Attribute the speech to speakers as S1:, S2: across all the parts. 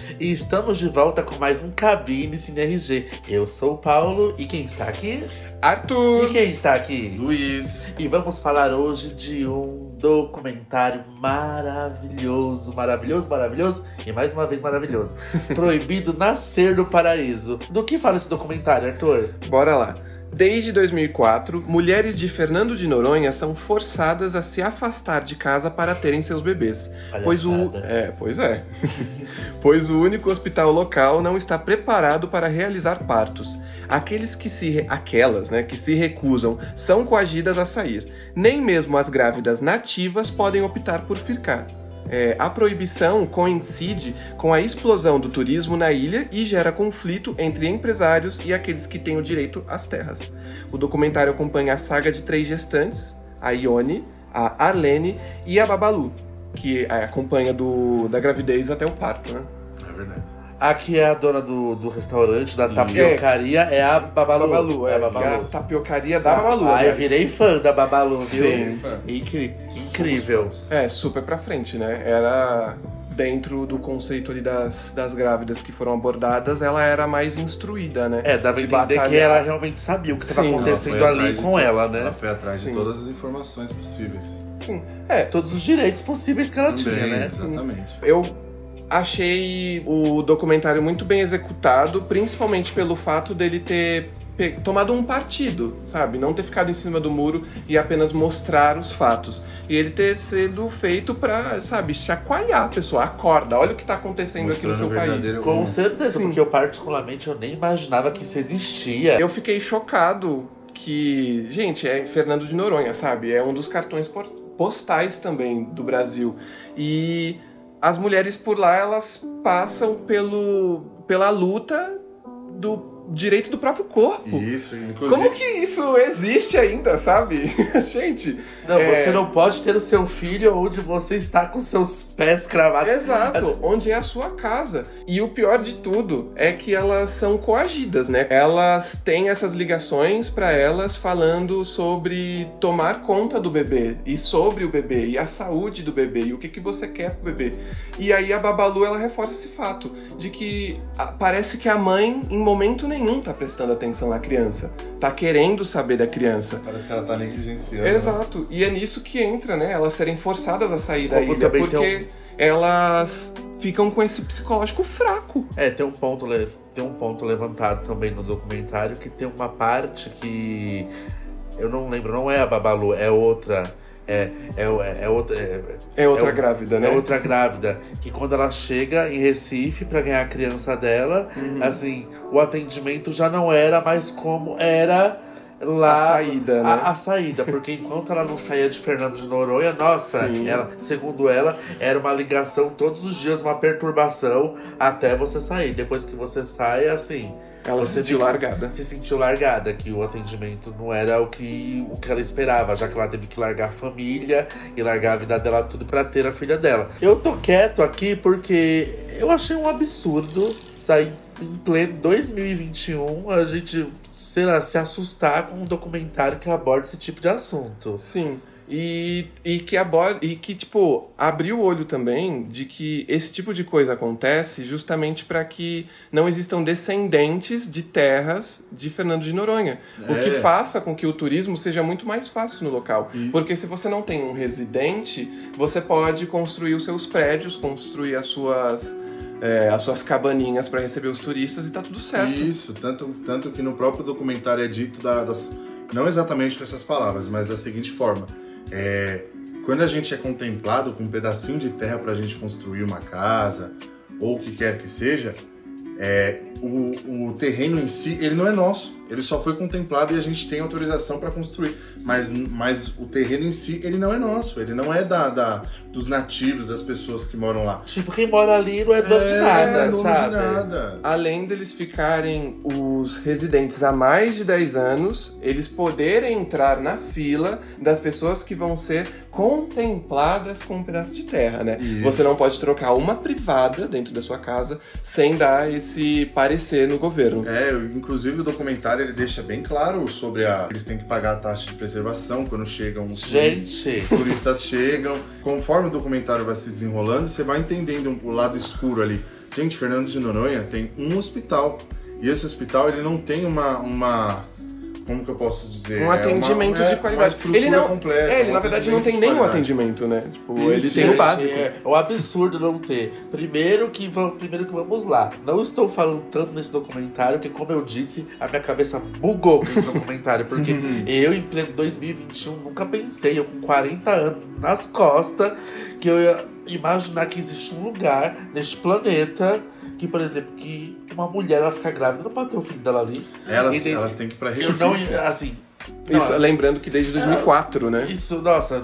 S1: E estamos de volta com mais um Cabine Cine RG. Eu sou o Paulo e quem está aqui?
S2: Arthur!
S1: E quem está aqui?
S3: Luiz!
S1: E vamos falar hoje de um documentário maravilhoso e mais uma vez maravilhoso. Proibido Nascer no Paraíso. Do que fala esse documentário, Arthur?
S2: Bora lá. Desde 2004, mulheres de Fernando de Noronha são forçadas a se afastar de casa para terem seus bebês. Pois o único hospital local não está preparado para realizar partos. Aquelas que se recusam são coagidas a sair. Nem mesmo as grávidas nativas podem optar por ficar. A proibição coincide com a explosão do turismo na ilha e gera conflito entre empresários e aqueles que têm o direito às terras. O documentário acompanha a saga de 3 gestantes, a Ione, a Arlene e a Babalu, que acompanha da gravidez até o parto, né?
S3: É verdade.
S1: Aqui é a dona do restaurante, da tapiocaria, é a Babalu.
S2: Babalu,
S1: é a Babalu.
S2: É a tapiocaria da Babalu.
S1: Eu virei fã da Babalu, viu?
S2: Sim.
S1: Incrível.
S2: Super pra frente, né? Era dentro do conceito ali das grávidas que foram abordadas, ela era mais instruída, né?
S1: Dava a entender que ela realmente sabia o que estava acontecendo ali com ela, né?
S3: Ela foi atrás de todas as informações possíveis.
S2: Sim.
S1: Todos os direitos possíveis que ela tinha, né?
S3: Exatamente.
S2: Eu achei o documentário muito bem executado, principalmente pelo fato dele ter tomado um partido, sabe? Não ter ficado em cima do muro e apenas mostrar os fatos. E ele ter sido feito pra, sabe, chacoalhar a pessoa. Acorda, olha o que tá acontecendo
S3: mostrando
S2: aqui no seu país.
S1: Com certeza,
S2: Sim.
S1: porque eu particularmente eu nem imaginava que isso existia.
S2: Eu fiquei chocado que, gente, é Fernando de Noronha, sabe? É um dos cartões postais também do Brasil. E as mulheres por lá, elas passam pela luta do direito do próprio corpo.
S3: Isso, inclusive.
S2: Como que isso existe ainda, sabe? Gente...
S1: Você não pode ter o seu filho onde você está com seus pés cravados.
S2: Exato, onde é a sua casa. E o pior de tudo é que elas são coagidas, né? Elas têm essas ligações pra elas falando sobre tomar conta do bebê, e sobre o bebê, e a saúde do bebê, e o que você quer pro bebê. E aí a Babalu, ela reforça esse fato, de que parece que a mãe, em momento nenhum, tá prestando atenção na criança. Tá querendo saber da criança.
S3: Parece que ela tá negligenciando.
S2: Exato. E é nisso que entra, né? Elas serem forçadas a sair da ilha,
S1: também
S2: porque elas ficam com esse psicológico fraco.
S1: Tem um ponto levantado também no documentário, que tem uma parte que eu não lembro, não é a Babalu, é outra.
S2: É outra grávida, né?
S1: É outra grávida, que quando ela chega em Recife pra ganhar a criança dela, assim, o atendimento já não era mais como era lá.
S2: A saída, né?
S1: A saída, porque enquanto ela não saía de Fernando de Noronha, nossa, segundo ela, era uma ligação todos os dias, uma perturbação até você sair. Depois que você sai, assim...
S2: Ela se sentiu largada,
S1: que o atendimento não era o que ela esperava, já que ela teve que largar a família e largar a vida dela tudo pra ter a filha dela. Eu tô quieto aqui porque eu achei um absurdo sair em pleno 2021 a gente se assustar com um documentário que aborda esse tipo de assunto.
S2: Sim. E que, tipo, abriu o olho também de que esse tipo de coisa acontece justamente para que não existam descendentes de terras de Fernando de Noronha. O que faça com que o turismo seja muito mais fácil no local. Porque se você não tem um residente, você pode construir os seus prédios, construir as suas cabaninhas para receber os turistas e tá tudo certo.
S3: Isso, tanto que no próprio documentário é dito não exatamente com essas palavras, mas da seguinte forma. Quando a gente é contemplado com um pedacinho de terra pra gente construir uma casa, ou o que quer que seja, o terreno em si, ele não é nosso. Ele só foi contemplado e a gente tem autorização para construir. Mas o terreno em si, ele não é nosso. Ele não é dos nativos, das pessoas que moram lá.
S1: Tipo, quem mora ali não é dono de nada,
S3: dono
S1: sabe?
S3: De nada.
S2: Além deles ficarem os residentes há mais de 10 anos, eles poderem entrar na fila das pessoas que vão ser contempladas com um pedaço de terra, né?
S3: Isso.
S2: Você não pode trocar uma privada dentro da sua casa sem dar esse parecer no governo.
S3: Inclusive o documentário ele deixa bem claro sobre eles têm que pagar a taxa de preservação quando chegam os turistas chegam. Conforme o documentário vai se desenrolando, você vai entendendo o lado escuro ali Gente, Fernando de Noronha tem um hospital. E esse hospital, ele não tem uma como que eu posso dizer?
S2: Um atendimento de qualidade.
S3: Ele não completa.
S2: Ele na verdade não tem nenhum atendimento, né? Tipo, ele tem o básico.
S1: É um absurdo não ter. Primeiro que vamos lá. Não estou falando tanto nesse documentário, que como eu disse, a minha cabeça bugou com esse documentário. Porque eu, em pleno 2021, nunca pensei, eu com 40 anos nas costas, que eu ia imaginar que existe um lugar neste planeta que, por exemplo, que uma mulher, ela fica grávida, não pode ter o filho dela ali.
S3: Elas têm que ir pra Recife.
S1: Eu não, assim...
S2: Isso,
S1: não,
S2: lembrando que desde 2004, né?
S1: Isso, nossa,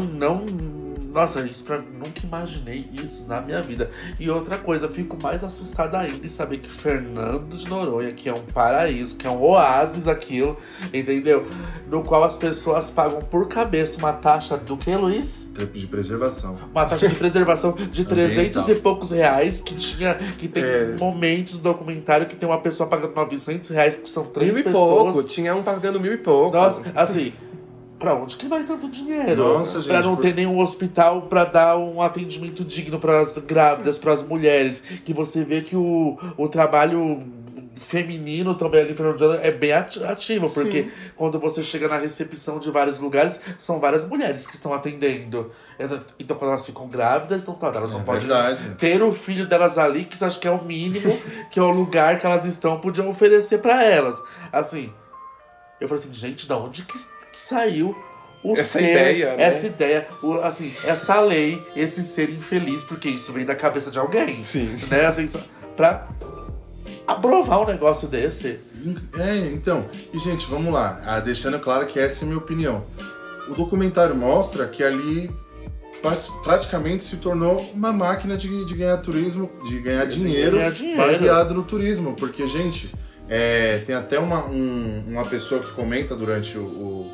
S1: nossa, isso nunca imaginei isso na minha vida. E outra coisa, eu fico mais assustada ainda em saber que Fernando de Noronha, que é um paraíso, que é um oásis aquilo, entendeu? No qual as pessoas pagam por cabeça uma taxa do que, Luiz?
S3: De preservação.
S1: Uma taxa de preservação de 300 e poucos reais, que tem momentos do documentário que tem uma pessoa pagando 900 reais, porque são 3 pessoas.
S2: 1.000 e pouco, tinha um pagando 1.000 e pouco.
S1: Nossa, assim... Pra onde que vai tanto dinheiro?
S3: Nossa, gente,
S1: pra não ter nenhum hospital pra dar um atendimento digno pras grávidas, pras mulheres. Que você vê que o trabalho feminino também ali em Fernando de Noronha é bem ativo. Porque quando você chega na recepção de vários lugares, são várias mulheres que estão atendendo. Então quando elas ficam grávidas, então elas não podem ter o filho delas ali, que acho que é o mínimo, que é o lugar que elas estão, podiam oferecer pra elas. Assim, eu falei assim, gente, da onde que saiu essa ideia, assim, essa lei, esse ser infeliz, porque isso vem da cabeça de alguém.
S2: Sim.
S1: Né? Assim, pra aprovar um negócio desse.
S3: Então. E, gente, vamos lá. Deixando claro que essa é a minha opinião. O documentário mostra que ali praticamente se tornou uma máquina de ganhar turismo, de ganhar dinheiro baseado no turismo. Porque, gente, tem até uma pessoa que comenta durante o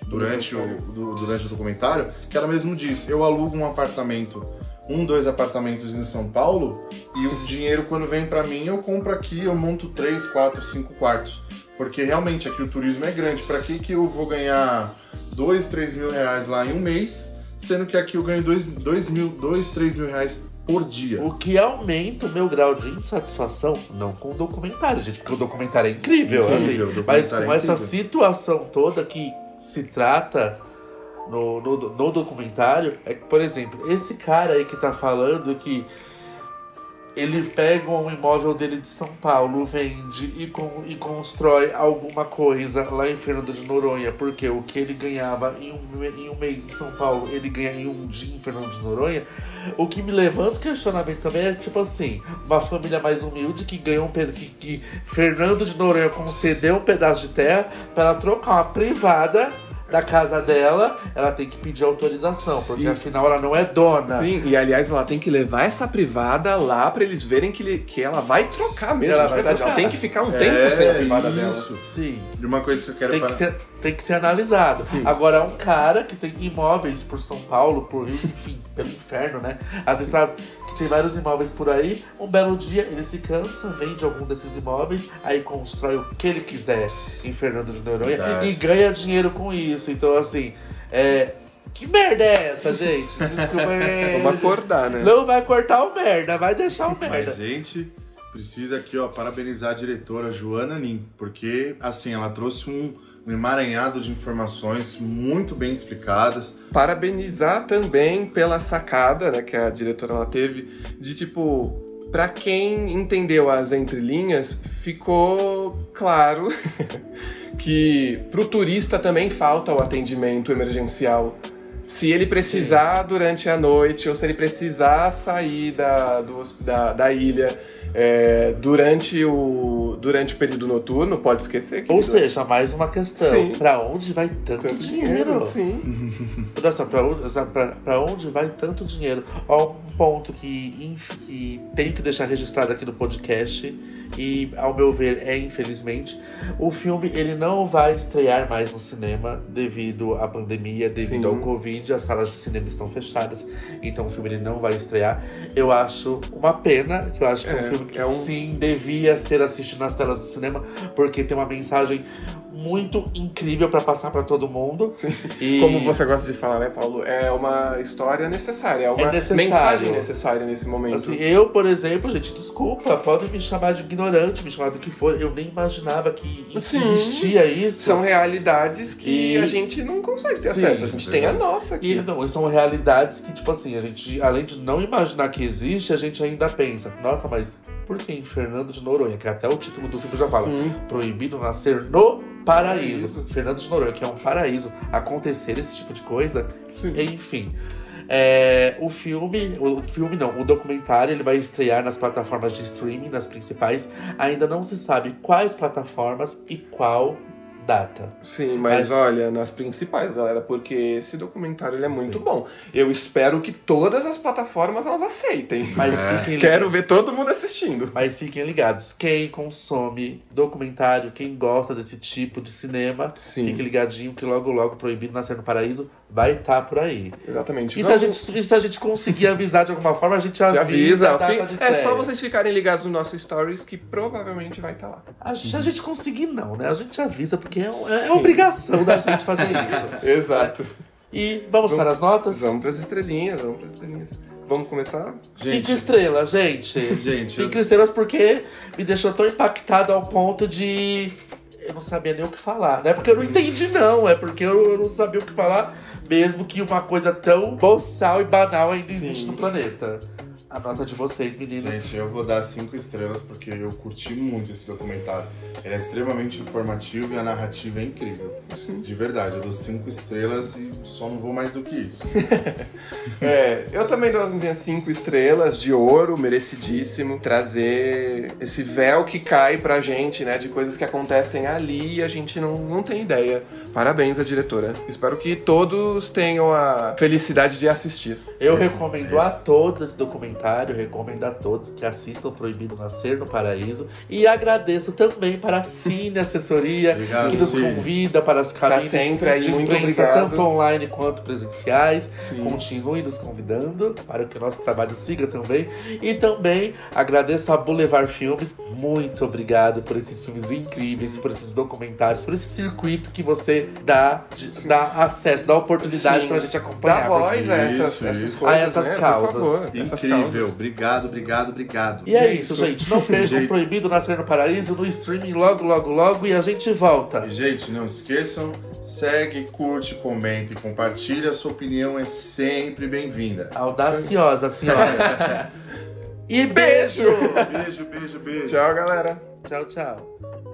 S3: documentário, que ela mesmo diz, eu alugo um apartamento, 2 apartamentos em São Paulo, e o dinheiro quando vem pra mim, eu compro aqui, eu monto 3, 4, 5 quartos. Porque realmente aqui o turismo é grande. Pra que eu vou ganhar 2, 3 mil reais lá em um mês, sendo que aqui eu ganho 2, 3 mil reais por dia.
S1: O que aumenta o meu grau de insatisfação, não com o documentário, gente, porque o documentário é incrível,
S3: Sim,
S1: assim, mas com essa situação toda que se trata no documentário, é que, por exemplo, esse cara aí que tá falando que ele pega um imóvel dele de São Paulo, vende e constrói alguma coisa lá em Fernando de Noronha, porque o que ele ganhava em um mês em São Paulo, ele ganha em um dia em Fernando de Noronha. O que me levanta o questionamento também é tipo assim, uma família mais humilde que ganhou que Fernando de Noronha concedeu um pedaço de terra para ela trocar uma privada da casa dela, ela tem que pedir autorização, porque afinal ela não é dona.
S2: Sim, e aliás ela tem que levar essa privada lá pra eles verem que ela vai trocar mesmo, de verdade. Ela tem que ficar um tempo sem a privada dela.
S1: Sim.
S3: E uma coisa que eu quero
S1: tem que ser analisado. Sim. Agora, um cara que tem imóveis por São Paulo, por Rio, enfim, pelo inferno, né? Às vezes sabe que tem vários imóveis por aí, um belo dia ele se cansa, vende algum desses imóveis, aí constrói o que ele quiser em Fernando de Noronha e ganha dinheiro com isso. Então, assim, que merda é essa, gente? Desculpa,
S2: Vamos acordar, né?
S1: Não vai cortar o merda, vai deixar o merda.
S3: Mas, gente, precisa aqui, parabenizar a diretora Joana Nin, porque, assim, ela trouxe um emaranhado de informações muito bem explicadas.
S2: Parabenizar também pela sacada, né, que a diretora ela teve, de tipo, pra quem entendeu as entrelinhas, ficou claro que pro turista também falta o atendimento emergencial. Se ele precisar durante a noite, ou se ele precisar sair da ilha durante o período noturno, pode esquecer.
S1: Ou seja, mais uma questão.
S2: Sim.
S1: Pra onde vai tanto dinheiro?
S2: Sim.
S1: Nossa, pra onde vai tanto dinheiro? Ó, um ponto que tenho que deixar registrado aqui no podcast, e ao meu ver infelizmente, o filme ele não vai estrear mais no cinema devido à pandemia, devido ao Covid, as salas de cinema estão fechadas, então o filme ele não vai estrear. Eu acho uma pena, que eu acho que é um filme que sim devia ser assistido nas telas do cinema, porque tem uma mensagem muito incrível pra passar pra todo mundo.
S2: Sim.
S1: E
S2: Como você gosta de falar, né, Paulo? É uma história necessária, é uma
S1: necessário.
S2: mensagem necessária nesse momento.
S1: assim, eu, por exemplo, gente, desculpa, podem me chamar de ignorante, me chamar do que for. Eu nem imaginava que
S2: Sim.
S1: existia isso.
S2: São realidades que
S1: E-
S2: a gente não consegue ter
S1: Sim,
S2: acesso. A gente tem a nossa
S1: E
S2: aqui.
S1: não, são realidades que, tipo assim, a gente, além de não imaginar que existe, a gente ainda pensa, nossa, mas por que em Fernando de Noronha, que até o título do filme já fala,
S2: Sim.
S1: proibido nascer no paraíso.
S2: Paraíso.
S1: Fernando de Noronha, que é um paraíso, acontecer esse tipo de coisa,
S2: Sim.
S1: enfim. O documentário, ele vai estrear nas plataformas de streaming, nas principais. Ainda não se sabe quais plataformas e qual data.
S2: Sim, mas
S1: Mas-
S2: olha, nas principais, galera, porque esse documentário ele é muito
S1: Sim.
S2: bom. Eu espero que todas as plataformas elas aceitem.
S1: Mas fiquem
S2: Quero ver todo mundo assistindo.
S1: Mas fiquem ligados, quem consome documentário, quem gosta desse tipo de cinema,
S2: Sim.
S1: fique ligadinho que logo logo Proibido Nascer no Paraíso vai estar por aí.
S2: Exatamente.
S1: E se a gente conseguir avisar de alguma forma, a gente
S2: Te avisa.
S1: a data de
S2: É só
S1: estreia.
S2: vocês ficarem ligados no nosso Stories que provavelmente vai estar lá.
S1: Se a gente conseguir não, né? A gente avisa, porque é obrigação da gente fazer isso.
S2: Exato.
S1: E vamos para as notas?
S2: Vamos pras estrelinhas, vamos pras estrelinhas. Vamos começar?
S1: 5 estrelas, gente.
S3: Gente,
S1: 5 estrelas porque me deixou tão impactado ao ponto de... Eu não sabia nem o que falar, né? Porque eu não entendi, não. É porque eu não sabia o que falar, mesmo que uma coisa tão boçal e banal ainda existe
S2: Sim.
S1: no planeta. A nota de vocês, meninas.
S3: Gente, eu vou dar 5 estrelas porque eu curti muito esse documentário. Ele é extremamente informativo e a narrativa é incrível.
S2: Sim.
S3: De verdade, eu dou 5 estrelas e só não vou mais do que isso.
S2: Eu também dou as minhas 5 estrelas de ouro, merecidíssimo. Trazer esse véu que cai pra gente, né? De coisas que acontecem ali e a gente não tem ideia. Parabéns à diretora. Espero que todos tenham a felicidade de assistir.
S1: Eu recomendo a todos esse documentário, recomendo a todos que assistam Proibido Nascer no Paraíso. E agradeço também para a Cine Assessoria,
S3: Obrigado,
S1: que nos
S3: Cine.
S1: convida para as cabines
S2: sempre aí,
S1: de
S2: muito
S1: imprensa,
S2: obrigado.
S1: tanto online quanto presenciais.
S2: Sim.
S1: Continue nos convidando para que o nosso trabalho siga também. E também agradeço a Boulevard Filmes. Muito obrigado por esses filmes incríveis, por esses documentários, por esse circuito que você dá acesso, dá oportunidade
S2: Sim.
S1: para a gente acompanhar.
S2: Dá voz a essas
S3: Isso.
S2: coisas,
S1: A essas
S2: né?
S1: causas.
S2: Por favor. Essas
S3: Incrível.
S2: causas.
S3: Obrigado, obrigado, obrigado.
S1: E é
S2: E é
S1: isso,
S2: isso.
S1: gente. Não percam
S3: Gente.
S1: Proibido Nascer no Paraíso no streaming logo, logo, logo. E a gente volta.
S3: E, gente, não esqueçam, segue, curte, comenta e compartilha. A sua opinião é sempre bem-vinda.
S1: Audaciosa, senhora. E beijo!
S3: Beijo, beijo, beijo.
S2: Tchau, galera.
S1: Tchau, tchau.